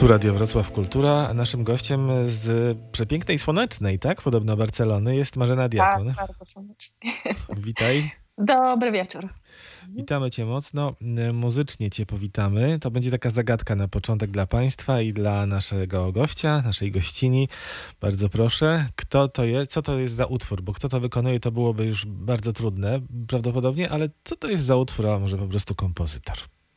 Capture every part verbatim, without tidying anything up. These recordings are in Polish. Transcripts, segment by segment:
Tu Radio Wrocław Kultura, a naszym gościem z przepięknej, słonecznej, tak? Podobno Barcelony jest Marzena Tak, Diakon. bardzo słonecznie. Witaj. Dobry wieczór. Witamy Cię mocno. Muzycznie Cię powitamy. To będzie taka zagadka na początek dla Państwa i dla naszego gościa, naszej gościni. Bardzo proszę, kto to jest, co to jest za utwór? Bo kto to wykonuje, to byłoby już bardzo trudne prawdopodobnie, ale co to jest za utwór, a może po prostu kompozytor?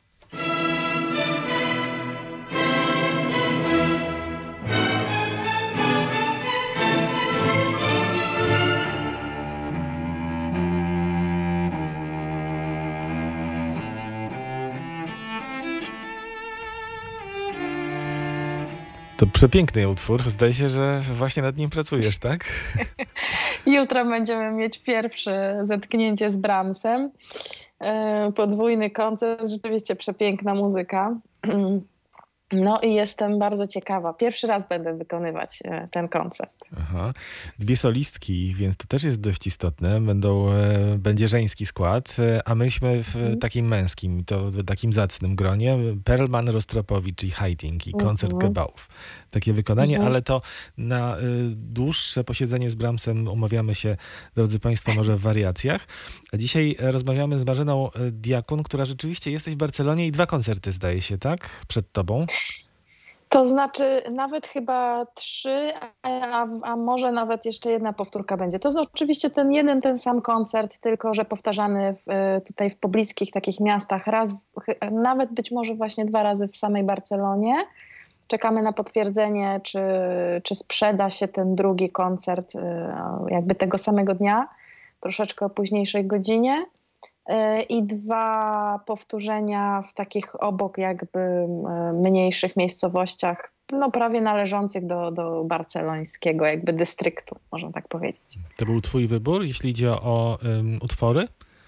To przepiękny utwór. Zdaje się, że właśnie nad nim pracujesz, tak? Jutro będziemy mieć pierwsze zetknięcie z Brahmsem. Podwójny koncert, rzeczywiście przepiękna muzyka. No i jestem bardzo ciekawa. Pierwszy raz będę wykonywać ten koncert. Aha. Dwie solistki, więc to też jest dość istotne. Będą, e, będzie żeński skład, e, a myśmy w Mhm. takim męskim, to w takim zacnym gronie. Perlman, Rostropowicz i Haydn i koncert Mhm. Gebałów. Takie wykonanie, Mhm. ale to na y, dłuższe posiedzenie z Brahmsem umawiamy się, drodzy Państwo, może w wariacjach. A dzisiaj e, rozmawiamy z Marzeną e, Diakon, która rzeczywiście jesteś w Barcelonie i dwa koncerty, zdaje się, tak? Przed tobą. To znaczy nawet chyba trzy, a, a może nawet jeszcze jedna powtórka będzie. To jest oczywiście ten jeden, ten sam koncert, tylko że powtarzany w, tutaj w pobliskich takich miastach raz, w- nawet być może właśnie dwa razy w samej Barcelonie. Czekamy na potwierdzenie, czy, czy sprzeda się ten drugi koncert y, jakby tego samego dnia, troszeczkę o późniejszej godzinie. Y, I dwa powtórzenia w takich obok jakby y, mniejszych miejscowościach, no prawie należących do, do barcelońskiego jakby dystryktu, można tak powiedzieć. To był twój wybór, jeśli idzie o ym, utwory?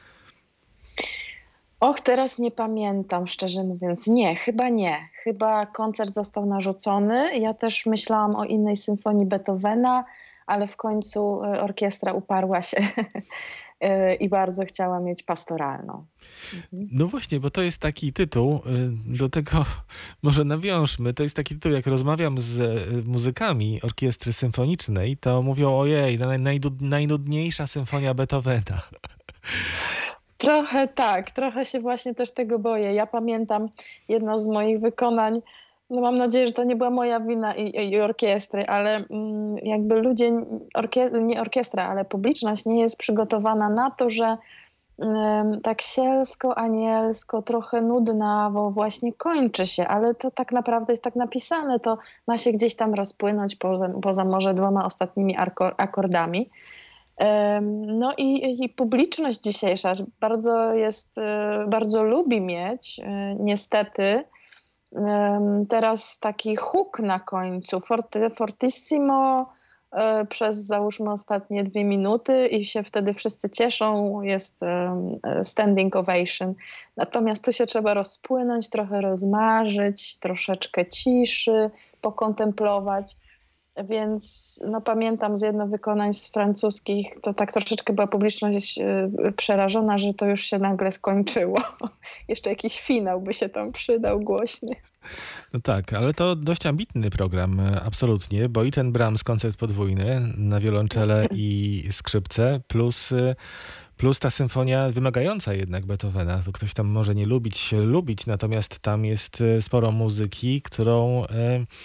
Och, teraz nie pamiętam, szczerze mówiąc. Nie, chyba nie. Chyba koncert został narzucony. Ja też myślałam o innej symfonii Beethovena, ale w końcu y, orkiestra uparła się y, i bardzo chciała mieć pastoralną. Mhm. No właśnie, bo to jest taki tytuł, y, do tego może nawiążmy, to jest taki tytuł, jak rozmawiam z y, muzykami orkiestry symfonicznej, to mówią, ojej, naj, najdu- najnudniejsza symfonia Beethovena. Trochę tak, trochę się właśnie też tego boję. Ja pamiętam jedno z moich wykonań, no mam nadzieję, że to nie była moja wina i, i orkiestry, ale mm, jakby ludzie, orkie- nie orkiestra, ale publiczność nie jest przygotowana na to, że em, tak sielsko, anielsko, trochę nudnawo właśnie kończy się, ale to tak naprawdę jest tak napisane, to ma się gdzieś tam rozpłynąć poza, poza może dwoma ostatnimi arko- akordami. Em, No i, i publiczność dzisiejsza bardzo jest, e, bardzo lubi mieć, e, niestety, em, teraz taki huk na końcu, forte, fortissimo, e, przez załóżmy ostatnie dwie minuty i się wtedy wszyscy cieszą, jest em, e, standing ovation. Natomiast tu się trzeba rozpłynąć, trochę rozmarzyć, troszeczkę ciszy, pokontemplować. Więc no, pamiętam z jedno wykonań z francuskich, to tak troszeczkę była publiczność y, przerażona, że to już się nagle skończyło. Jeszcze jakiś finał by się tam przydał głośny. No tak, ale to dość ambitny program, e, absolutnie, bo i ten Brahms koncert podwójny na wiolonczele i skrzypce, plus, e, plus ta symfonia wymagająca jednak Beethovena. To ktoś tam może nie lubić, lubić, natomiast tam jest e, sporo muzyki, którą, e,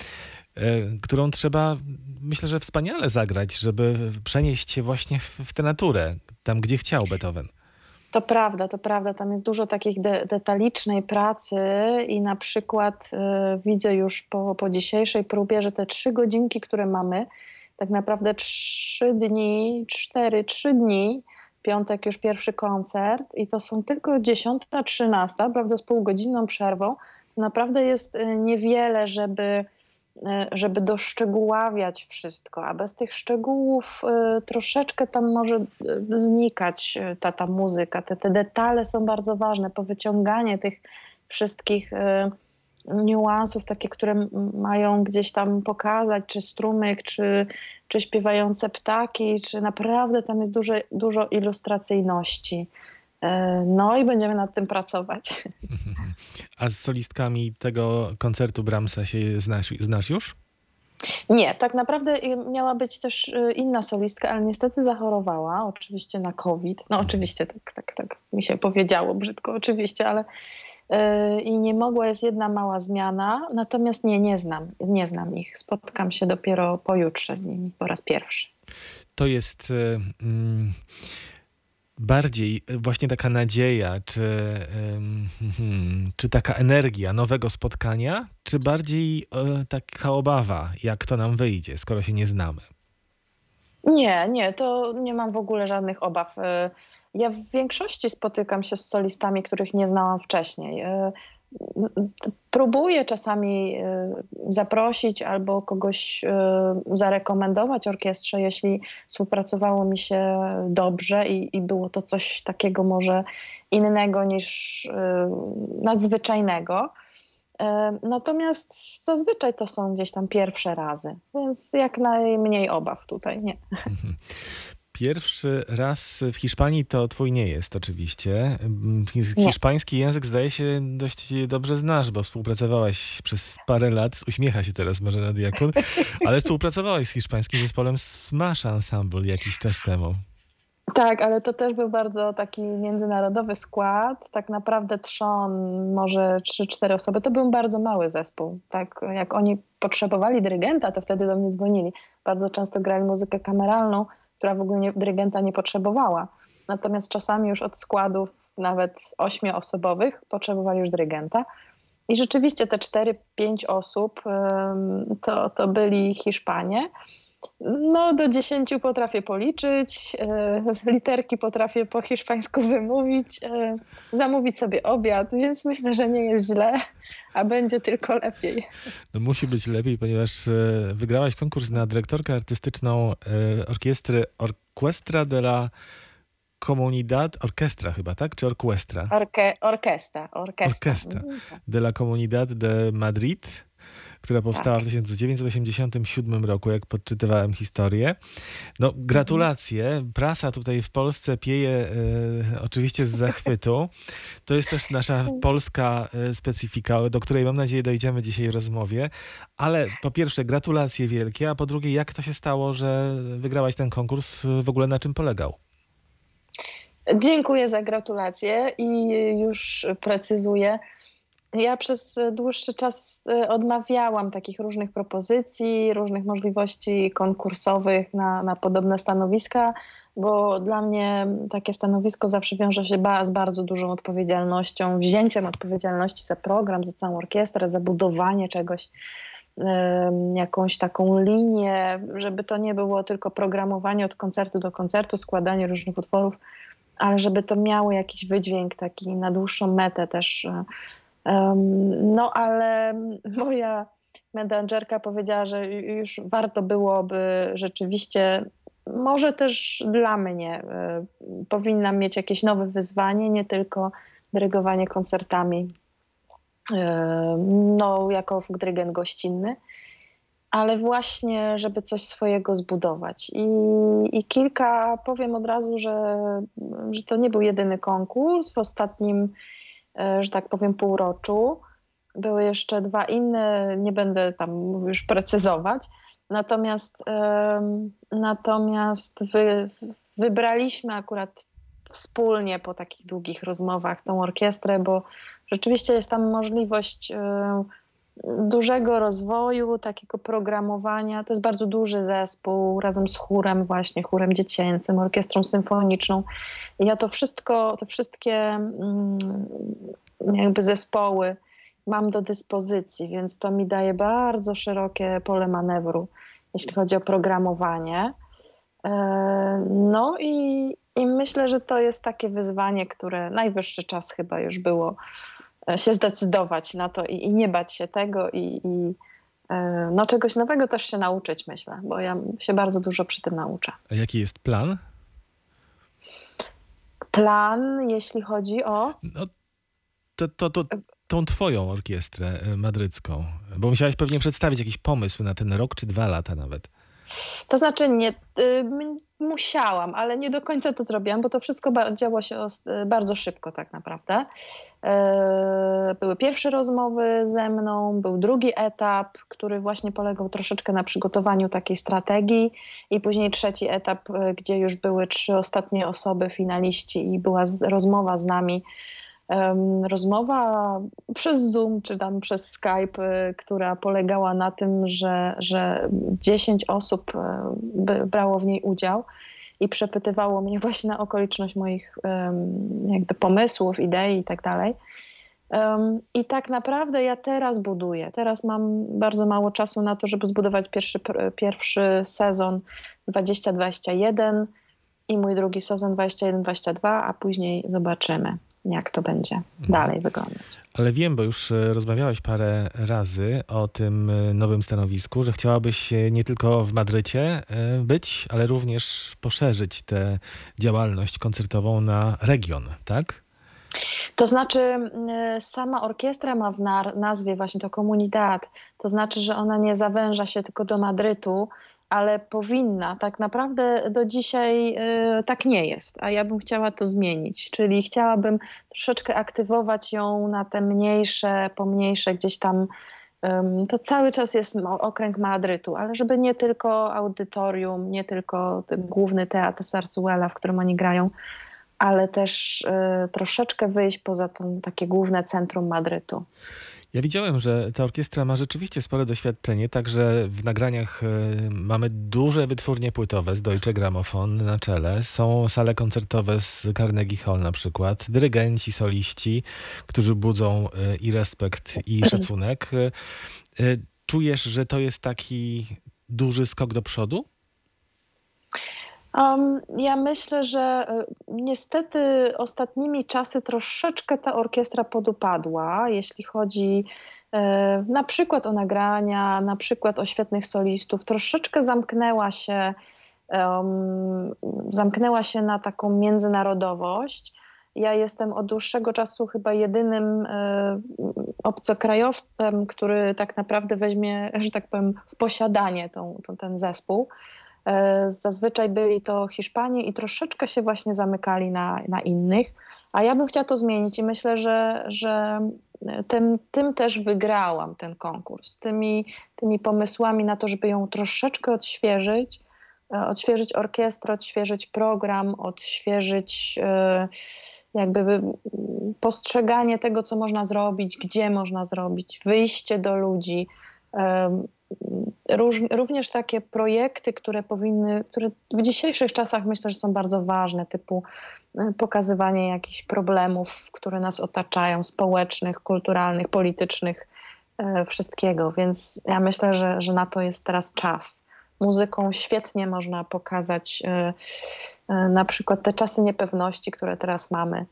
e, którą trzeba, myślę, że wspaniale zagrać, żeby przenieść się właśnie w, w tę naturę, tam gdzie chciał Beethoven. To prawda, to prawda. Tam jest dużo takich de- detalicznej pracy i na przykład y, widzę już po, po dzisiejszej próbie, że te trzy godzinki, które mamy, tak naprawdę trzy dni, cztery, trzy dni, piątek już pierwszy koncert i to są tylko dziesiąta, trzynasta, prawda, z półgodzinną przerwą. To naprawdę jest y, niewiele, żeby e, żeby doszczegóławiać wszystko, a bez tych szczegółów e, troszeczkę tam może e, znikać e, ta, ta muzyka. Te, te detale są bardzo ważne, powyciąganie tych wszystkich e, niuansów, takie, które m- mają gdzieś tam pokazać, czy strumyk, czy, czy śpiewające ptaki, czy naprawdę tam jest dużo, dużo ilustracyjności. No i będziemy nad tym pracować. A z solistkami tego koncertu Brahmsa się znasz, znasz już? Nie, tak naprawdę miała być też inna solistka, ale niestety zachorowała, oczywiście na COVID. No oczywiście, tak, tak, tak mi się powiedziało brzydko, oczywiście, ale yy, i nie mogła, jest jedna mała zmiana, natomiast nie, nie znam, nie znam ich. Spotkam się dopiero pojutrze z nimi po raz pierwszy. To jest y, mm, bardziej właśnie taka nadzieja, czy, y, hmm, czy taka energia nowego spotkania, czy bardziej y, taka obawa, jak to nam wyjdzie, skoro się nie znamy? Nie, nie, to nie mam w ogóle żadnych obaw. Y, Ja w większości spotykam się z solistami, których nie znałam wcześniej. Y, Próbuję czasami y, zaprosić albo kogoś y, zarekomendować orkiestrze, jeśli współpracowało mi się dobrze i, i było to coś takiego może innego niż y, nadzwyczajnego. Y, Natomiast zazwyczaj to są gdzieś tam pierwsze razy, więc jak najmniej obaw tutaj, nie. Pierwszy raz w Hiszpanii to twój nie jest oczywiście. Nie. Hiszpański język zdaje się dość dobrze znasz, bo współpracowałaś przez parę lat, uśmiecha się teraz Marzena Diakun, ale współpracowałaś z hiszpańskim zespołem Smash Ensemble jakiś czas temu. Tak, ale to też był bardzo taki międzynarodowy skład. Tak naprawdę trzon, może trzy, cztery osoby. To był bardzo mały zespół. Tak, jak oni potrzebowali dyrygenta, to wtedy do mnie dzwonili. Bardzo często grali muzykę kameralną, która w ogóle nie, dyrygenta nie potrzebowała. Natomiast czasami już od składów nawet ośmioosobowych potrzebowali już dyrygenta. I rzeczywiście te cztery, pięć osób ym, to, to byli Hiszpanie. No, do dziesięciu potrafię policzyć, e, literki potrafię po hiszpańsku wymówić, e, zamówić sobie obiad, więc myślę, że nie jest źle, a będzie tylko lepiej. No musi być lepiej, ponieważ e, wygrałaś konkurs na dyrektorkę artystyczną e, orkiestry Orquestra de la Comunidad, orkiestra chyba, tak? Czy orquestra? Orke, orkiestra, orkiestra. Orquestra de la Comunidad de Madrid, która powstała w tysiąc dziewięćset osiemdziesiątym siódmym roku, jak podczytywałem historię. No gratulacje. Prasa tutaj w Polsce pieje e, oczywiście z zachwytu. To jest też nasza polska e, specyfika, do której mam nadzieję dojdziemy dzisiaj w rozmowie. Ale po pierwsze gratulacje wielkie, a po drugie jak to się stało, że wygrałaś ten konkurs? W ogóle na czym polegał? Dziękuję za gratulacje i już precyzuję. Ja przez dłuższy czas odmawiałam takich różnych propozycji, różnych możliwości konkursowych na, na podobne stanowiska, bo dla mnie takie stanowisko zawsze wiąże się ba- z bardzo dużą odpowiedzialnością, wzięciem odpowiedzialności za program, za całą orkiestrę, za budowanie czegoś, ym, jakąś taką linię, żeby to nie było tylko programowanie od koncertu do koncertu, składanie różnych utworów, ale żeby to miało jakiś wydźwięk taki na dłuższą metę też. Um, no ale moja menadżerka powiedziała, że już warto byłoby rzeczywiście, może też dla mnie, y, powinnam mieć jakieś nowe wyzwanie, nie tylko dyrygowanie koncertami, y, no jako dyrygent gościnny, ale właśnie, żeby coś swojego zbudować. I, i kilka, powiem od razu, że, że to nie był jedyny konkurs. W ostatnim, że tak powiem, półroczu były jeszcze dwa inne, nie będę tam już precyzować. Natomiast, um, natomiast wy, wybraliśmy akurat wspólnie po takich długich rozmowach tą orkiestrę, bo rzeczywiście jest tam możliwość um, dużego rozwoju, takiego programowania. To jest bardzo duży zespół, razem z chórem właśnie, chórem dziecięcym, orkiestrą symfoniczną. I ja to wszystko, te wszystkie mm, jakby zespoły mam do dyspozycji, więc to mi daje bardzo szerokie pole manewru, jeśli chodzi o programowanie. No i, i myślę, że to jest takie wyzwanie, które najwyższy czas chyba już było się zdecydować na to i, i nie bać się tego i, i no, czegoś nowego też się nauczyć, myślę, bo ja się bardzo dużo przy tym nauczę. A jaki jest plan? Plan, jeśli chodzi o... No, to, to, to, tą twoją orkiestrę madrycką, bo musiałaś pewnie przedstawić jakiś pomysł na ten rok czy dwa lata nawet. To znaczy nie, y, m- musiałam, ale nie do końca to zrobiłam, bo to wszystko ba- działo się os- y, bardzo szybko tak naprawdę. E, Były pierwsze rozmowy ze mną, był drugi etap, który właśnie polegał troszeczkę na przygotowaniu takiej strategii i później trzeci etap, y, gdzie już były trzy ostatnie osoby, finaliści i była z, rozmowa z nami. Em, Rozmowa przez Zoom czy tam przez Skype, y, która polegała na tym, że, że dziesięć osób y, by brało w niej udział i przepytywało mnie właśnie na okoliczność moich em, jakby pomysłów, idei i tak dalej. Em, I tak naprawdę ja teraz buduję. Teraz mam bardzo mało czasu na to, żeby zbudować pierwszy, pr- pierwszy sezon dwadzieścia dwadzieścia jeden i mój drugi sezon dwadzieścia jeden dwadzieścia dwa, a później zobaczymy, jak to będzie dalej wyglądać. Ale wiem, bo już e, rozmawiałeś parę razy o tym e, nowym stanowisku, że chciałabyś e, nie tylko w Madrycie e, być, ale również poszerzyć tę działalność koncertową na region, tak? To znaczy, y, sama orkiestra ma w nar- nazwie właśnie to Comunidad. To znaczy, że ona nie zawęża się tylko do Madrytu, ale powinna. Tak naprawdę do dzisiaj y, tak nie jest, a ja bym chciała to zmienić. Czyli chciałabym troszeczkę aktywować ją na te mniejsze, pomniejsze gdzieś tam. ym, To cały czas jest mo- okręg Madrytu, ale żeby nie tylko audytorium, nie tylko ten główny teatr Sarsuela, w którym oni grają, ale też y, troszeczkę wyjść poza ten, takie główne centrum Madrytu. Ja widziałem, że ta orkiestra ma rzeczywiście spore doświadczenie, także w nagraniach e, mamy duże wytwórnie płytowe z Deutsche Grammophon na czele. Są sale koncertowe z Carnegie Hall na przykład, dyrygenci, soliści, którzy budzą e, i respekt, i szacunek. E, e, Czujesz, że to jest taki duży skok do przodu? Um, ja myślę, że y, niestety ostatnimi czasy troszeczkę ta orkiestra podupadła, jeśli chodzi y, na przykład o nagrania, na przykład o świetnych solistów. Troszeczkę zamknęła się, um, zamknęła się na taką międzynarodowość. Ja jestem od dłuższego czasu chyba jedynym y, obcokrajowcem, który tak naprawdę weźmie, że tak powiem, w posiadanie tą, tą, ten zespół. E, Zazwyczaj byli to Hiszpanie i troszeczkę się właśnie zamykali na, na innych, a ja bym chciała to zmienić i myślę, że, że tym, tym też wygrałam ten konkurs, tymi, tymi pomysłami na to, żeby ją troszeczkę odświeżyć, e, odświeżyć orkiestrę, odświeżyć program, odświeżyć e, jakby wy- postrzeganie tego, co można zrobić, gdzie można zrobić, wyjście do ludzi. Em, Róż, również takie projekty, które powinny, które w dzisiejszych czasach myślę, że są bardzo ważne, typu e, pokazywanie jakichś problemów, które nas otaczają, społecznych, kulturalnych, politycznych, e, wszystkiego. Więc ja myślę, że, że na to jest teraz czas. Muzyką świetnie można pokazać e, e, na przykład te czasy niepewności, które teraz mamy.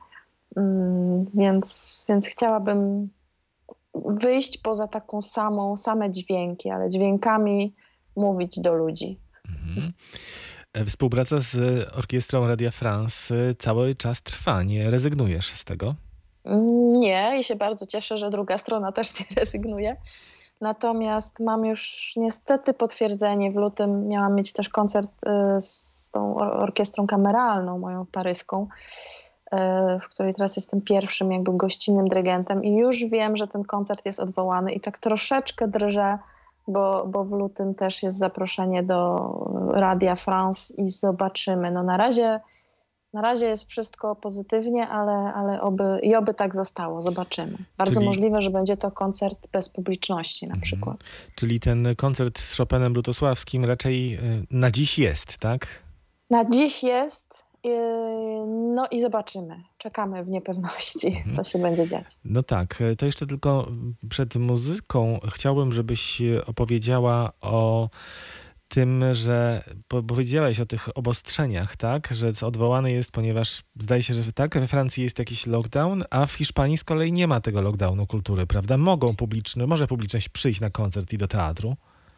Mm, Więc, więc chciałabym wyjść poza taką samą, same dźwięki, ale dźwiękami mówić do ludzi. Mhm. E, Współpraca z orkiestrą Radia France e, cały czas trwa, nie rezygnujesz z tego? Nie, i się bardzo cieszę, że druga strona też nie rezygnuje. Natomiast mam już niestety potwierdzenie. W lutym miałam mieć też koncert y, z tą or- orkiestrą kameralną, moją paryską, y, w której teraz jestem pierwszym jakby gościnnym dyrygentem i już wiem, że ten koncert jest odwołany i tak troszeczkę drżę, bo, bo w lutym też jest zaproszenie do Radia France i zobaczymy. No na razie, na razie jest wszystko pozytywnie, ale, ale oby, i oby tak zostało. Zobaczymy. Bardzo Czyli możliwe, że będzie to koncert bez publiczności na Mhm. przykład. Czyli ten koncert z Chopinem Lutosławskim raczej e, na dziś jest, tak? Na dziś jest, yy, no i zobaczymy. Czekamy w niepewności, Mhm. co się będzie dziać. No tak, e, to jeszcze tylko przed muzyką chciałbym, żebyś e, opowiedziała o tym, że po- powiedziałeś o tych obostrzeniach, tak? Że to odwołane jest, ponieważ zdaje się, że tak, we Francji jest jakiś lockdown, a w Hiszpanii z kolei nie ma tego lockdownu kultury, prawda? Mogą publiczny, może publiczność przyjść na koncert i do teatru.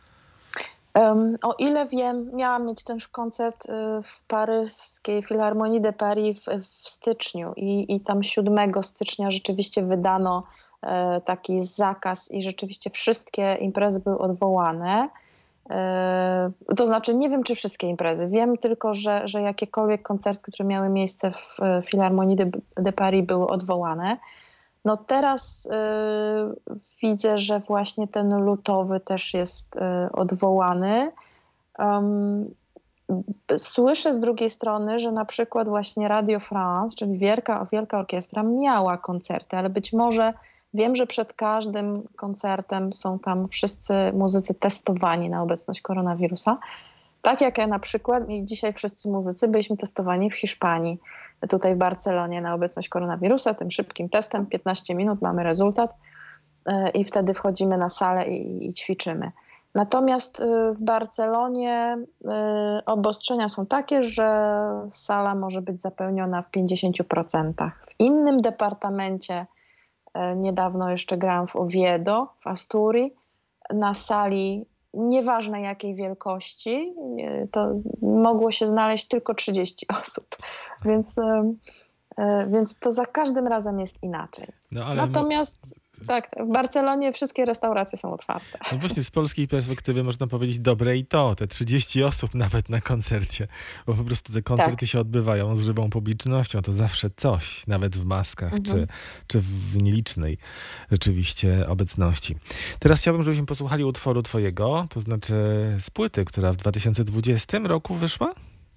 Em, o ile wiem, miałam mieć ten koncert y, w paryskiej Philharmonie de Paris w, w styczniu i, i tam siódmego stycznia rzeczywiście wydano e, taki zakaz i rzeczywiście wszystkie imprezy były odwołane. Yy, To znaczy nie wiem, czy wszystkie imprezy. Wiem tylko, że, że jakiekolwiek koncerty, które miały miejsce w e, Filharmonii de, de Paris, były odwołane. No teraz y, widzę, że właśnie ten lutowy też jest y, odwołany. Um, Słyszę z drugiej strony, że na przykład właśnie Radio France, czyli wielka, wielka orkiestra, miała koncerty, ale być może wiem, że przed każdym koncertem są tam wszyscy muzycy testowani na obecność koronawirusa. Tak jak ja na przykład i dzisiaj wszyscy muzycy byliśmy testowani w Hiszpanii, tutaj w Barcelonie na obecność koronawirusa, tym szybkim testem, piętnaście minut, mamy rezultat y, i wtedy wchodzimy na salę i, i ćwiczymy. Natomiast y, w Barcelonie y, obostrzenia są takie, że sala może być zapełniona w pięćdziesięciu procentach. W innym departamencie, y, niedawno jeszcze grałam w Oviedo, w Asturii, na sali nieważne jakiej wielkości, y, to mogło się znaleźć tylko trzydzieści osób, więc, y, y, więc to za każdym razem jest inaczej. No, ale Natomiast tak, w Barcelonie wszystkie restauracje są otwarte. No właśnie z polskiej perspektywy można powiedzieć dobre i to, te trzydzieści osób nawet na koncercie, bo po prostu te koncerty Tak. się odbywają z żywą publicznością, to zawsze coś, nawet w maskach Mhm. czy, czy w nielicznej rzeczywiście obecności. Teraz chciałbym, żebyśmy posłuchali utworu twojego, to znaczy z płyty, która w dwa tysiące dwudziestym roku wyszła?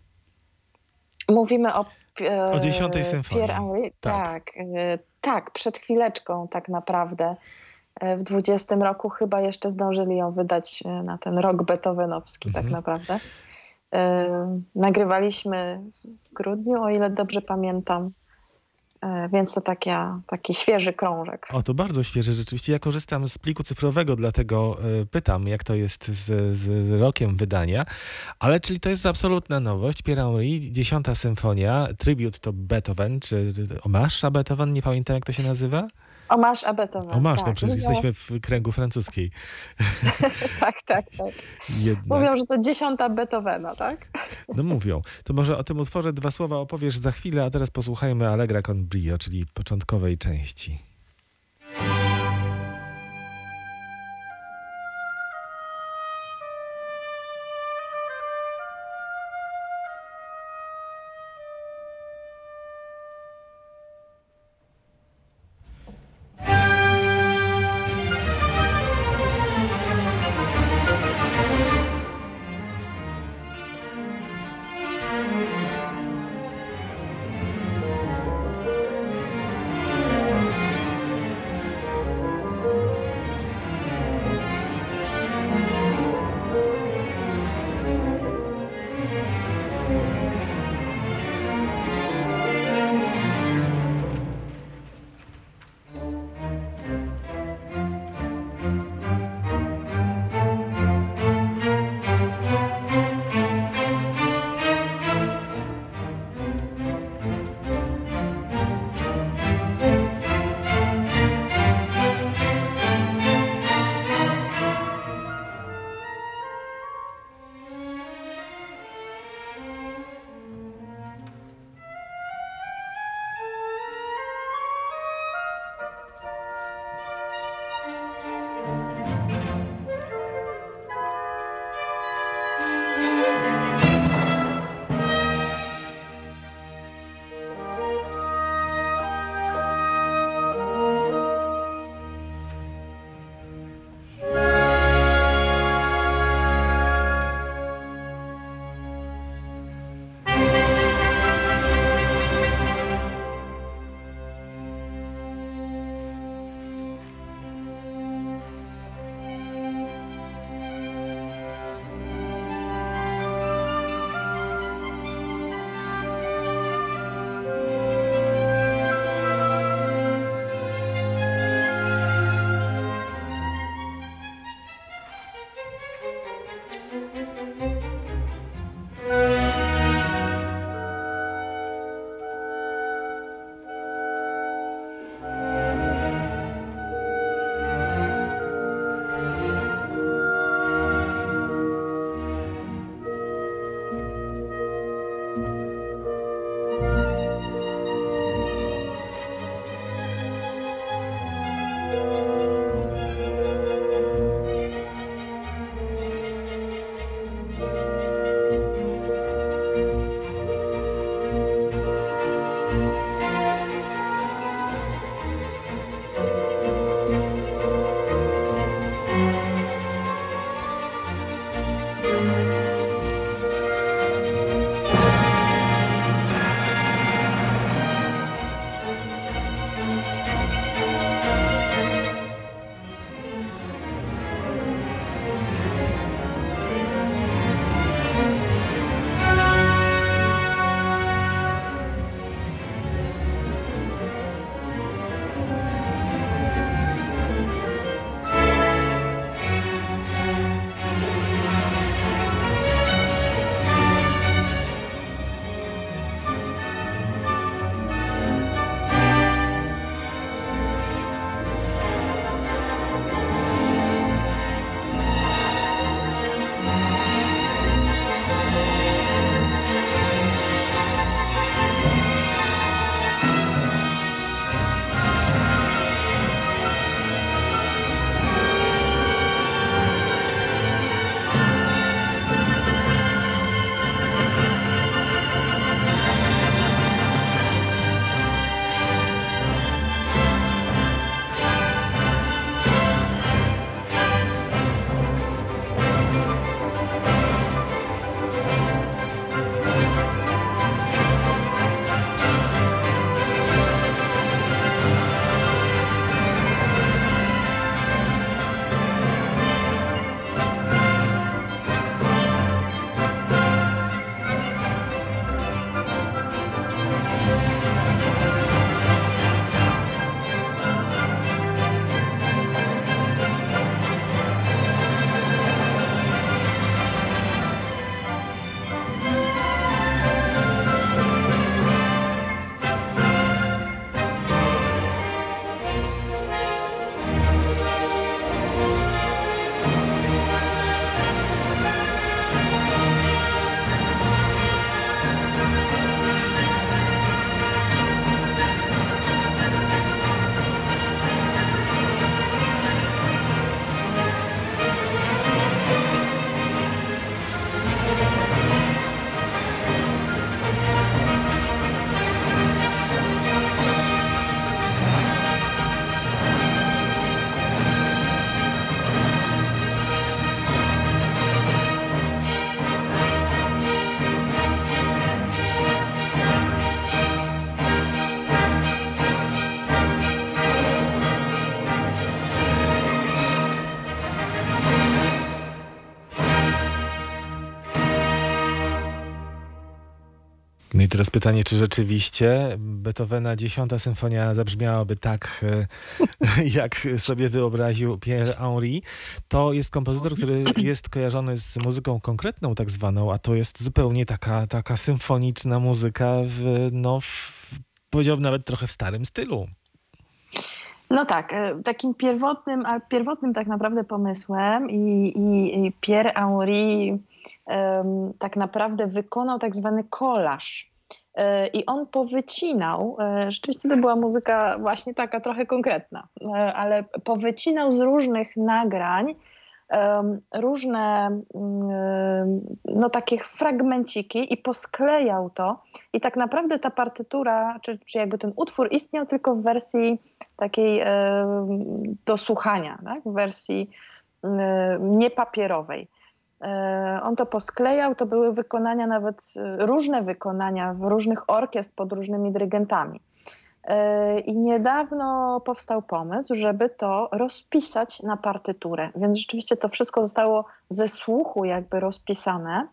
Mówimy o e, O dziesiątej symfonii. Pierre Henry. Tak. Tak, e, tak, przed chwileczką tak naprawdę. E, W dwudziestym roku chyba jeszcze zdążyli ją wydać e, na ten rok beethovenowski Mhm. tak naprawdę. E, Nagrywaliśmy w grudniu, o ile dobrze pamiętam, E, więc to taka, taki świeży krążek. O, to bardzo świeże rzeczywiście. Ja korzystam z pliku cyfrowego, dlatego y, pytam, jak to jest z, z rokiem wydania. Ale czyli to jest absolutna nowość. Pierre Henry, dziesiąta symfonia, tribut to Beethoven, czy hommage a Beethoven, nie pamiętam jak to się nazywa? Hommage à Beethoven. Hommage, tak. no przecież Mówią- jesteśmy w kręgu francuskiej. tak, tak, tak. Jednak. Mówią, że to dziesiąta Beethovena, tak? No mówią. To może o tym utworze dwa słowa opowiesz za chwilę, a teraz posłuchajmy Allegra con brio, czyli początkowej części. No i teraz pytanie, czy rzeczywiście Beethovena dziesiąta symfonia zabrzmiałaby tak, e, jak sobie wyobraził Pierre Henry. To jest kompozytor, który jest kojarzony z muzyką konkretną tak zwaną, a to jest zupełnie taka, taka symfoniczna muzyka w, no, w, powiedziałbym nawet trochę w starym stylu. No tak, e, takim pierwotnym, a pierwotnym tak naprawdę pomysłem i, i, i Pierre Henry em, tak naprawdę wykonał tak zwany kolaż. E, I on powycinał, e, rzeczywiście to była muzyka właśnie taka trochę konkretna, e, ale powycinał z różnych nagrań em, różne mm, no, takich fragmenciki i posklejał to. I tak naprawdę ta partytura, czy, czy jakby ten utwór istniał tylko w wersji takiej em, do słuchania, tak? W wersji em, niepapierowej. E, On to posklejał, to były wykonania nawet, e, różne wykonania w różnych orkiestrach pod różnymi dyrygentami. E, I niedawno powstał pomysł, żeby to rozpisać na partyturę, więc rzeczywiście to wszystko zostało ze słuchu jakby rozpisane,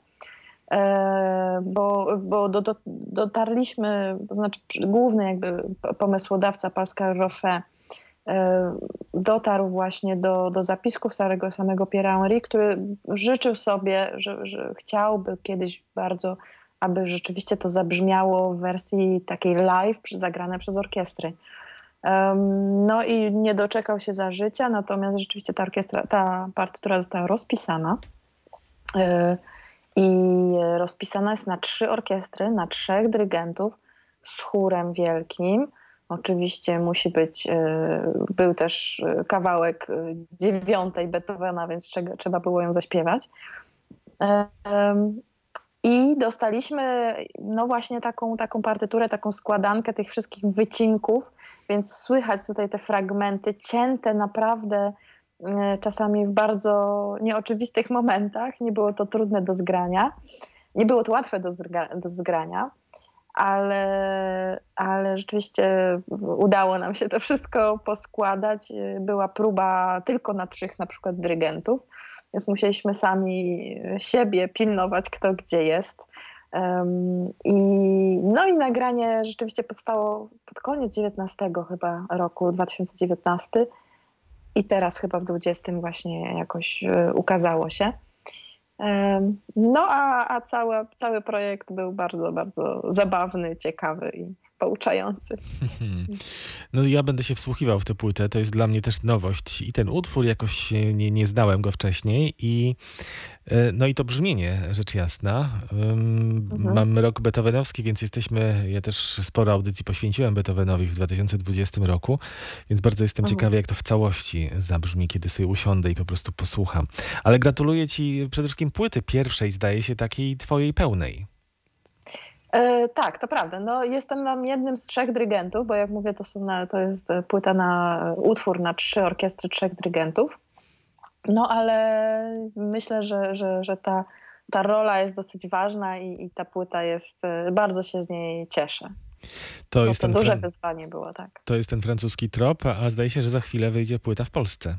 e, bo, bo do, do, dotarliśmy, to znaczy przy- główny jakby p- pomysłodawca Pascal Roffet e, dotarł właśnie do, do zapisków samego, samego Pierre'a Henry, który życzył sobie, że, że chciałby kiedyś bardzo, aby rzeczywiście to zabrzmiało w wersji takiej live, przy- zagrane przez orkiestry. Em, No i nie doczekał się za życia, natomiast rzeczywiście ta orkiestra, ta partytura została rozpisana. E, I rozpisana jest na trzy orkiestry, na trzech dyrygentów z chórem wielkim. Oczywiście musi być, e, był też e, kawałek e, dziewiątej Beethovena, więc trzeba, trzeba było ją zaśpiewać. E, em, I dostaliśmy no właśnie taką, taką partyturę, taką składankę tych wszystkich wycinków, więc słychać tutaj te fragmenty cięte naprawdę e, czasami w bardzo nieoczywistych momentach. Nie było to trudne do zgrania, nie było to łatwe do, zgra- do zgrania, ale, ale rzeczywiście udało nam się to wszystko poskładać. E, Była próba tylko na trzech na przykład dyrygentów, więc musieliśmy sami siebie pilnować, kto gdzie jest. Em, I, no i nagranie rzeczywiście powstało pod koniec dziewiętnastego chyba roku, dwa tysiące dziewiętnasty i teraz chyba w dwudziestym właśnie jakoś e, ukazało się. Em, No a, a cały, cały projekt był bardzo, bardzo zabawny, ciekawy i pouczający. Hmm. No ja będę się wsłuchiwał w tę płytę, to jest dla mnie też nowość i ten utwór jakoś nie, nie znałem go wcześniej i e, no i to brzmienie, rzecz jasna. Ym, Mhm. Mamy rok beethovenowski, więc jesteśmy, ja też sporo audycji poświęciłem Beethovenowi w dwa tysiące dwudziestym roku, więc bardzo jestem Mhm. ciekawy, jak to w całości zabrzmi, kiedy sobie usiądę i po prostu posłucham. Ale gratuluję ci przede wszystkim płyty pierwszej, zdaje się, takiej twojej pełnej. E, tak, to prawda. No, jestem tam jednym z trzech dyrygentów, bo jak mówię, to, są na, to jest e, płyta na utwór na trzy orkiestry, trzech dyrygentów. No ale myślę, że, że, że ta, ta rola jest dosyć ważna i, i ta płyta jest, e, bardzo się z niej cieszę, To bo jest to ten, duże fran- wyzwanie było, tak. to jest ten francuski trop, a zdaje się, że za chwilę wyjdzie płyta w Polsce.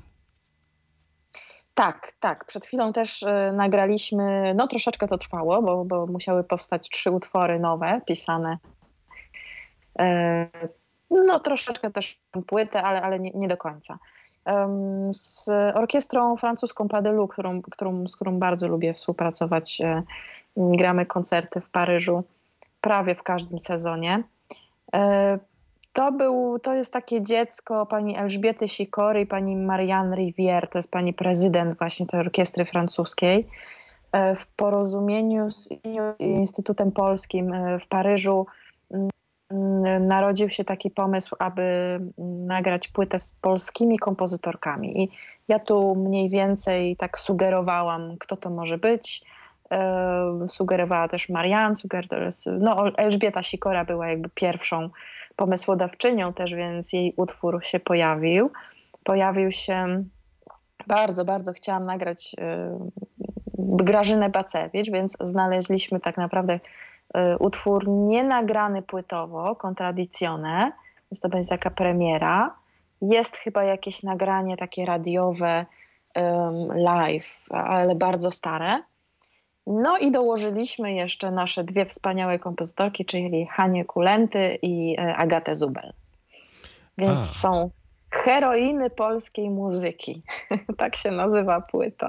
Tak, tak. Przed chwilą też e, nagraliśmy, no troszeczkę to trwało, bo, bo musiały powstać trzy utwory nowe, pisane. E, no troszeczkę też płytę, ale, ale nie, nie do końca. Em, Z orkiestrą francuską Pas de Loup, którą, którą, z którą bardzo lubię współpracować, e, gramy koncerty w Paryżu prawie w każdym sezonie. E, To był, to jest takie dziecko pani Elżbiety Sikory i pani Marianne Rivière, to jest pani prezydent właśnie tej orkiestry francuskiej. E, W porozumieniu z Instytutem Polskim e, w Paryżu mm, narodził się taki pomysł, aby mm, nagrać płytę z polskimi kompozytorkami. I ja tu mniej więcej tak sugerowałam, kto to może być. E, Sugerowała też Marianne, suger- no, Elżbieta Sikora była jakby pierwszą pomysłodawczynią też, więc jej utwór się pojawił. Pojawił się, bardzo, bardzo chciałam nagrać y, Grażynę Bacewicz, więc znaleźliśmy tak naprawdę y, utwór nienagrany płytowo, Contraddizione, więc to będzie taka premiera. Jest chyba jakieś nagranie takie radiowe, ym, live, ale bardzo stare. No i dołożyliśmy jeszcze nasze dwie wspaniałe kompozytorki, czyli Hanię Kulenty i e, Agatę Zubel. Więc A, są heroiny polskiej muzyki. Tak się nazywa płyta.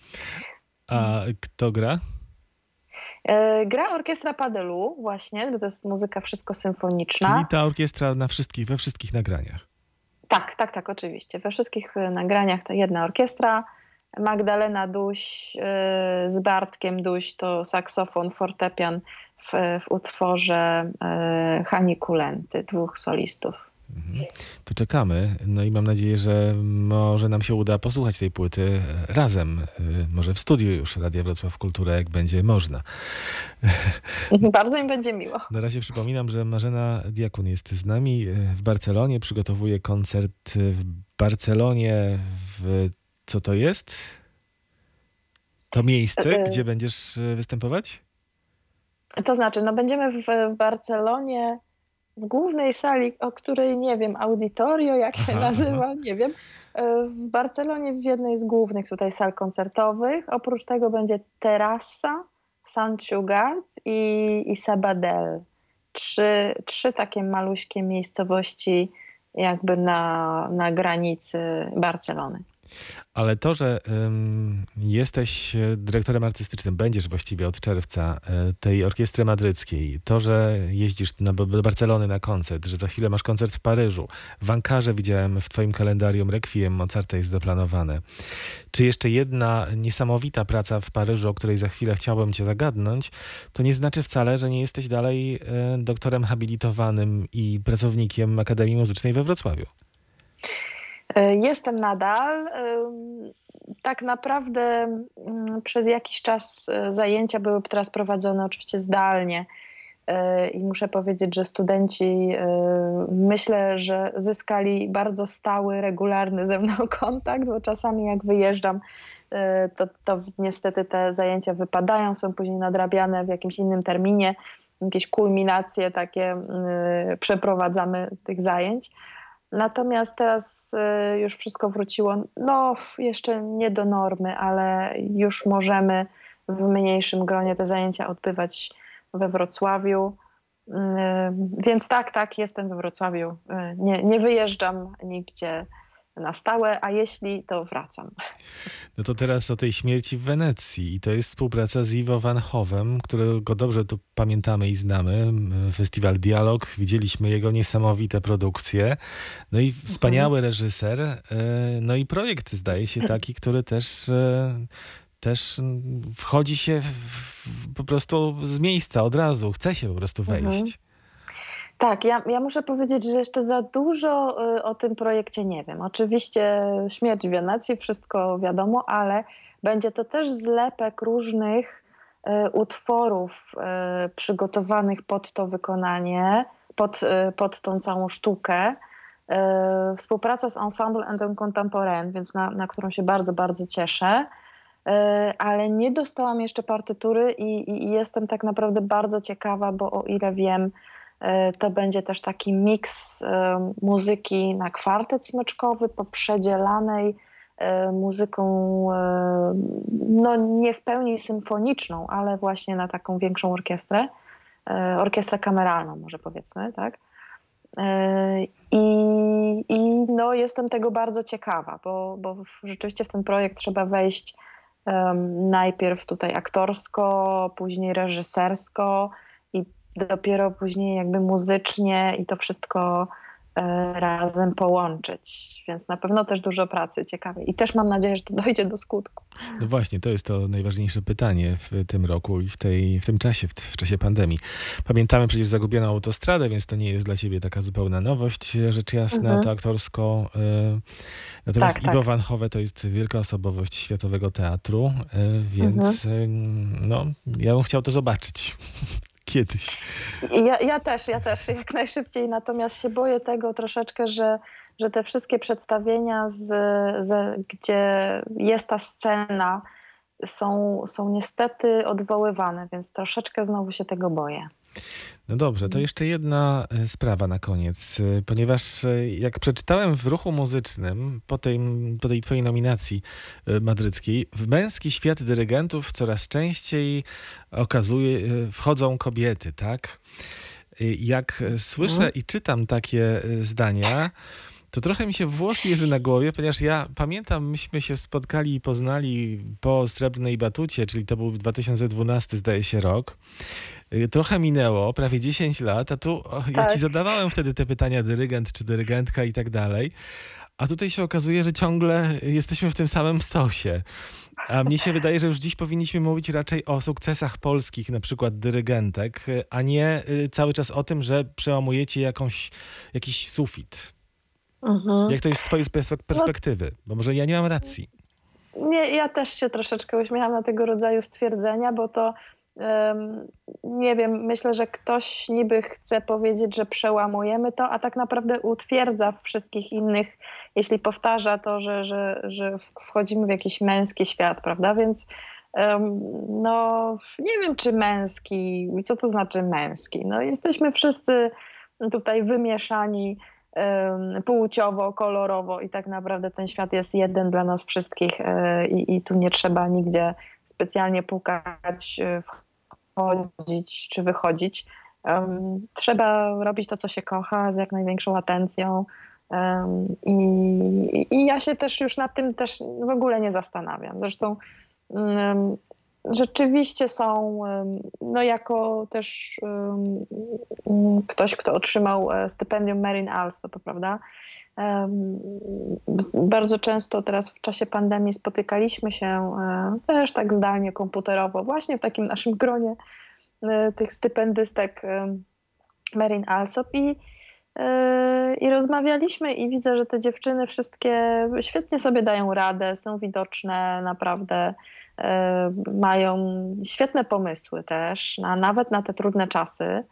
a kto gra? E, Gra orkiestra Padelu właśnie, bo to jest muzyka wszystko Czyli symfoniczna. ta orkiestra na wszystkich, we wszystkich nagraniach. Tak, tak, tak, oczywiście. We wszystkich e, nagraniach to jedna orkiestra. Magdalena Duś e, z Bartkiem Duś to saksofon, fortepian w, w utworze e, Hani Kulenty, dwóch solistów. Mhm. To czekamy. No i mam nadzieję, że może nam się uda posłuchać tej płyty razem. y, Może w studiu już Radia Wrocław Kultura, jak będzie można. Bardzo im będzie miło. Na razie przypominam, że Marzena Diakun jest z nami y, w Barcelonie. Przygotowuje koncert y, w Barcelonie. W... Co to jest? To miejsce, E, gdzie będziesz y, występować? To znaczy, no będziemy w w Barcelonie w głównej sali, o której nie wiem, Auditorio, jak się Aha, aha. nazywa, nie wiem. E, W Barcelonie w jednej z głównych tutaj sal koncertowych. Oprócz tego będzie Terrassa, Sant Cugat i, i Sabadell. Trzy, trzy takie maluśkie miejscowości jakby na, na granicy Barcelony. Ale to, że ym, jesteś e, dyrektorem artystycznym, będziesz właściwie od czerwca e, tej orkiestry madryckiej, to, że jeździsz na, do Barcelony na koncert, że za chwilę masz koncert w Paryżu, w Ankarze widziałem w twoim kalendarium Requiem Mozarta jest zaplanowane. Czy jeszcze jedna niesamowita praca w Paryżu, o której za chwilę chciałbym cię zagadnąć, to nie znaczy wcale, że nie jesteś dalej e, doktorem habilitowanym i pracownikiem Akademii Muzycznej we Wrocławiu. E, Jestem nadal. Ym, Tak naprawdę mm, przez jakiś czas e, zajęcia były teraz prowadzone oczywiście zdalnie. E, I muszę powiedzieć, że studenci e, myślę, że zyskali bardzo stały, regularny ze mną kontakt, bo czasami jak wyjeżdżam, e, to, to niestety te zajęcia wypadają, są później nadrabiane w jakimś innym terminie, jakieś kulminacje takie e, przeprowadzamy tych zajęć. Natomiast teraz y, już wszystko wróciło, no jeszcze nie do normy, ale już możemy w mniejszym gronie te zajęcia odbywać we Wrocławiu. Y, Więc tak, tak, jestem we Wrocławiu. Y, Nie, nie wyjeżdżam nigdzie na stałe, a jeśli, to wracam. No to teraz o tej śmierci w Wenecji. I to jest współpraca z Ivo Van Hovem, którego dobrze tu pamiętamy i znamy. Festiwal Dialog, widzieliśmy jego niesamowite produkcje. No i wspaniały reżyser. e, No i projekt zdaje się taki, który też, e, też mm, wchodzi się w, w, po prostu z miejsca od razu. Chce się po prostu Mhm. wejść. Tak, ja, ja muszę powiedzieć, że jeszcze za dużo y, o tym projekcie nie wiem. Oczywiście śmierć w Wenecji, wszystko wiadomo, ale będzie to też zlepek różnych y, utworów y, przygotowanych pod to wykonanie, pod, y, pod tą całą sztukę. Y, Współpraca z Ensemble Andon Contemporain, więc na, na którą się bardzo, bardzo cieszę. Y, Ale nie dostałam jeszcze partytury i, i, i jestem tak naprawdę bardzo ciekawa, bo o ile wiem, to będzie też taki miks e, muzyki na kwartet smyczkowy poprzedzielanej e, muzyką e, no nie w pełni symfoniczną, ale właśnie na taką większą orkiestrę, e, orkiestrę kameralną może powiedzmy, tak? E, I, i no jestem tego bardzo ciekawa, bo, bo rzeczywiście w ten projekt trzeba wejść em, najpierw tutaj aktorsko, później reżysersko i dopiero później jakby muzycznie i to wszystko e, razem połączyć. Więc na pewno też dużo pracy ciekawej. I też mam nadzieję, że to dojdzie do skutku. No właśnie, to jest to najważniejsze pytanie w tym roku i w, tej, w tym czasie, w, w czasie pandemii. Pamiętamy przecież Zagubioną autostradę, więc to nie jest dla ciebie taka zupełna nowość, rzecz jasna, Mhm. to aktorsko. y, Natomiast Tak, Ivo tak. Van Hove to jest wielka osobowość światowego teatru, y, Mhm. więc y, no, ja bym chciał to zobaczyć kiedyś. I Ja, ja też, ja też jak najszybciej, natomiast się boję tego troszeczkę, że, że te wszystkie przedstawienia, z, z, gdzie jest ta scena, są, są niestety odwoływane, więc troszeczkę znowu się tego boję. No dobrze, to jeszcze jedna e, sprawa na koniec, e, ponieważ e, jak przeczytałem w Ruchu Muzycznym po tej, po tej twojej nominacji e, madryckiej, w męski świat dyrygentów coraz częściej okazuje, e, wchodzą kobiety, tak? E, Jak e, słyszę Mhm. i czytam takie e, zdania, to trochę mi się włos jeży na głowie, ponieważ ja pamiętam, myśmy się spotkali i poznali po Srebrnej Batucie, czyli to był dwa tysiące dwunasty, zdaje się, rok. Y, Trochę minęło, prawie dziesięć lat, a tu o, ja ci Tak. zadawałem wtedy te pytania, dyrygent czy dyrygentka i tak dalej, a tutaj się okazuje, że ciągle jesteśmy w tym samym stosie. A mnie się wydaje, że już dziś powinniśmy mówić raczej o sukcesach polskich, na przykład dyrygentek, y, a nie y, cały czas o tym, że przełamujecie jakąś, jakiś sufit. Mhm. Jak to jest z twojej perspe- No, perspektywy? Bo może ja nie mam racji. nie, ja też się troszeczkę uśmiecham na tego rodzaju stwierdzenia, bo to em, nie wiem, myślę, że ktoś niby chce powiedzieć, że przełamujemy to, a tak naprawdę utwierdza w wszystkich innych, jeśli powtarza to, że, że, że wchodzimy w jakiś męski świat, prawda? Więc em, no, nie wiem, czy męski, co to znaczy męski? No, jesteśmy wszyscy tutaj wymieszani em, płciowo, kolorowo i tak naprawdę ten świat jest jeden dla nas wszystkich e, i, i tu nie trzeba nigdzie specjalnie pukać, e, wchodzić czy wychodzić. Em, trzeba robić to, co się kocha, z jak największą atencją. Em, i, I ja się też już nad tym też w ogóle nie zastanawiam. Zresztą em, rzeczywiście są, em, no jako też em, m, ktoś, kto otrzymał e, stypendium Marin Alsop, prawda? Em, Bardzo często teraz w czasie pandemii spotykaliśmy się e, też tak zdalnie, komputerowo, właśnie w takim naszym gronie e, tych stypendystek e, Marin Alsop i, e, i rozmawialiśmy i widzę, że te dziewczyny wszystkie świetnie sobie dają radę, są widoczne, naprawdę e, mają świetne pomysły też, na, nawet na te trudne czasy.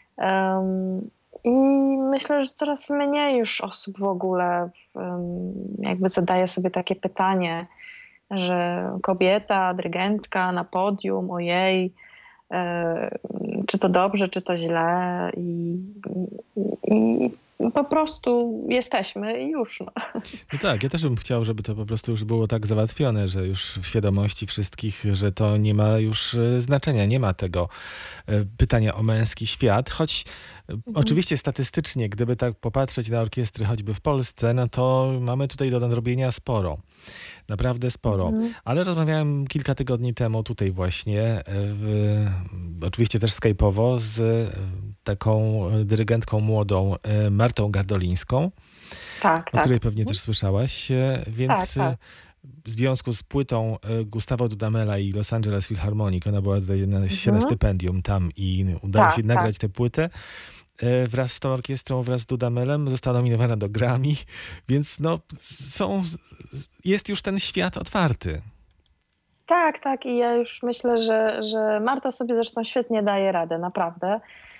Em, I myślę, że coraz mniej już osób w ogóle em, jakby zadaje sobie takie pytanie, że kobieta, dyrygentka na podium, ojej, e, czy to dobrze, czy to źle i, i, i po prostu jesteśmy i już. No. No tak, ja też bym chciał, żeby to po prostu już było tak załatwione, że już w świadomości wszystkich, że to nie ma już e, znaczenia, nie ma tego e, pytania o męski świat, choć e, Mhm. oczywiście statystycznie, gdyby tak popatrzeć na orkiestry choćby w Polsce, no to mamy tutaj do nadrobienia sporo. Naprawdę sporo. Mhm. Ale rozmawiałem kilka tygodni temu tutaj właśnie, e, w, oczywiście też skype'owo, z e, taką dyrygentką młodą e, Martą Gardolińską, Tak, o której tak. pewnie Mhm. też słyszałaś, e, Tak, więc e, tak. w związku z płytą e, Gustavo Dudamela i Los Angeles Philharmonic, ona była tutaj na się Mhm. stypendium tam i udało się Tak, tak. nagrać tę płytę, e, wraz z tą orkiestrą, wraz z Dudamelem, została nominowana do Grammy, więc no są, jest już ten świat otwarty. Tak, tak. I ja już myślę, że, że Marta sobie zresztą świetnie daje radę, naprawdę.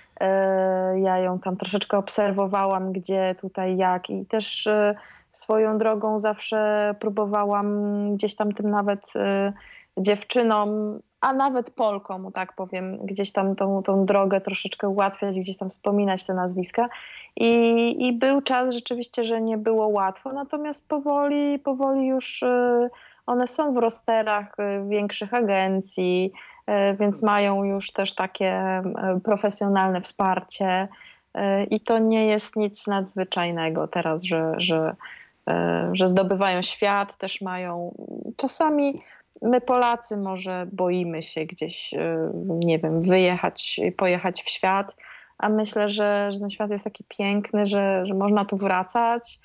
E, Ja ją tam troszeczkę obserwowałam, gdzie tutaj jak i też e, swoją drogą zawsze próbowałam gdzieś tam tym nawet e, dziewczynom, a nawet Polkom, tak powiem, gdzieś tam tą, tą drogę troszeczkę ułatwiać, gdzieś tam wspominać te nazwiska. I, I był czas rzeczywiście, że nie było łatwo, natomiast powoli, powoli już e, one są w rosterach e, większych agencji, e, więc mają już też takie e, profesjonalne wsparcie e, i to nie jest nic nadzwyczajnego teraz, że, że, e, że zdobywają świat, też mają czasami my Polacy może boimy się gdzieś, e, nie wiem, wyjechać, pojechać w świat, a myślę, że, że ten świat jest taki piękny, że, że można tu wracać,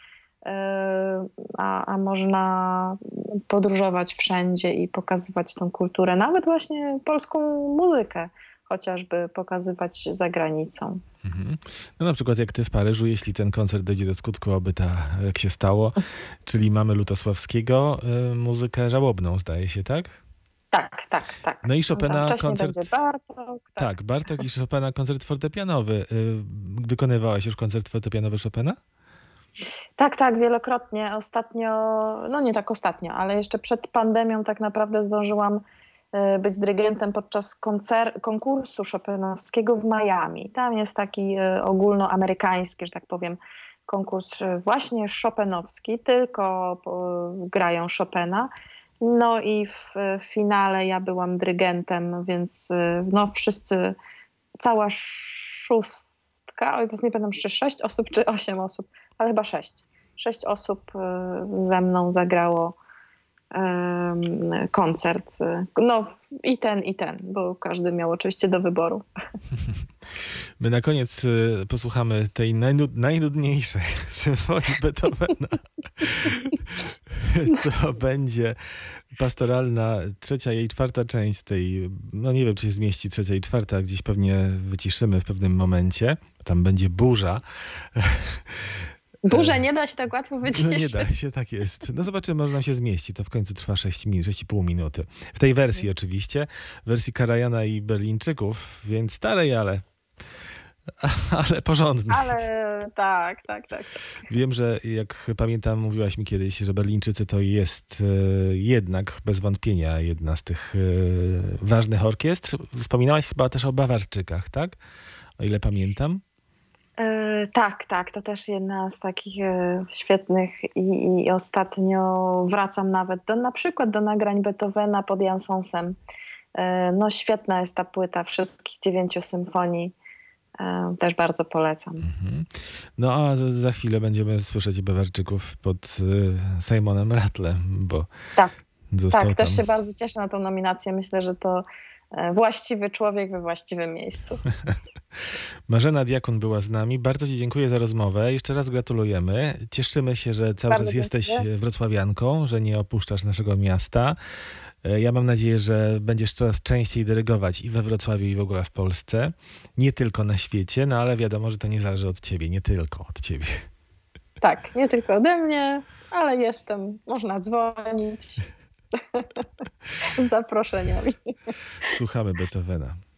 e, a, a można podróżować wszędzie i pokazywać tą kulturę, nawet właśnie polską muzykę, chociażby pokazywać za granicą. Mhm. No na przykład jak ty w Paryżu, jeśli ten koncert dojdzie do skutku, oby ta, jak się stało, czyli mamy Lutosławskiego, y, muzykę żałobną, zdaje się, tak? Tak, tak, tak. No i No tam Chopina wcześniej będzie koncert, Bartok, tak. tak, Bartok i Chopina koncert fortepianowy. Y, Wykonywałaś już koncert fortepianowy Chopina? Tak, tak, wielokrotnie. Ostatnio, no nie tak ostatnio, ale jeszcze przed pandemią tak naprawdę zdążyłam e, być dyrygentem podczas koncer- konkursu chopinowskiego w Miami. Tam jest taki e, ogólnoamerykański, że tak powiem, konkurs e, właśnie chopinowski, tylko e, grają Chopina. No i w, w finale ja byłam dyrygentem, więc e, no wszyscy, cała szóstka, ale to nie pamiętam, czy sześć osób, czy osiem osób, ale chyba sześć. Sześć osób e, ze mną zagrało em, koncert. No i ten, i ten, bo każdy miał oczywiście do wyboru. My na koniec y, posłuchamy tej najnud, najnudniejszej symfonii Beethovena. To będzie pastoralna trzecia i czwarta część z tej, no nie wiem, czy się zmieści trzecia i czwarta, gdzieś pewnie wyciszymy w pewnym momencie. Tam będzie burza. Burze nie da się tak łatwo No wyciszyć. nie da się, tak jest. No zobaczymy, może nam się zmieści. To w końcu trwa sześć minut, sześć i pół minuty. W tej wersji oczywiście, wersji Karajana i Berlińczyków, więc starej, ale, ale porządnej. Ale tak, tak, tak. Wiem, że jak pamiętam, mówiłaś mi kiedyś, że Berlińczycy to jest e, jednak bez wątpienia jedna z tych e, ważnych orkiestr. Wspominałaś chyba też o Bawarczykach, tak? O ile pamiętam. E, tak, tak, to też jedna z takich e, świetnych i, i ostatnio wracam nawet do, na przykład do nagrań Beethovena pod Jansonsem. E, no świetna jest ta płyta wszystkich dziewięciu symfonii. E, też bardzo polecam. Mhm. No a za, za chwilę będziemy słyszeć Bawarczyków pod e, Simonem Rattlem, bo Tak, został tak, tam. też się bardzo cieszę na tą nominację. Myślę, że to e, właściwy człowiek we właściwym miejscu. Marzena Diakon była z nami. Bardzo Ci dziękuję za rozmowę. Jeszcze raz gratulujemy. Cieszymy się, że cały Bardzo czas jesteś dziękuję. wrocławianką, że nie opuszczasz naszego miasta. E, Ja mam nadzieję, że będziesz coraz częściej dyrygować i we Wrocławiu, i w ogóle w Polsce. Nie tylko na świecie, no ale wiadomo, że to nie zależy od Ciebie. Nie tylko od Ciebie. Tak, nie tylko ode mnie, ale jestem. Można dzwonić z zaproszeniami. Słuchamy Beethovena.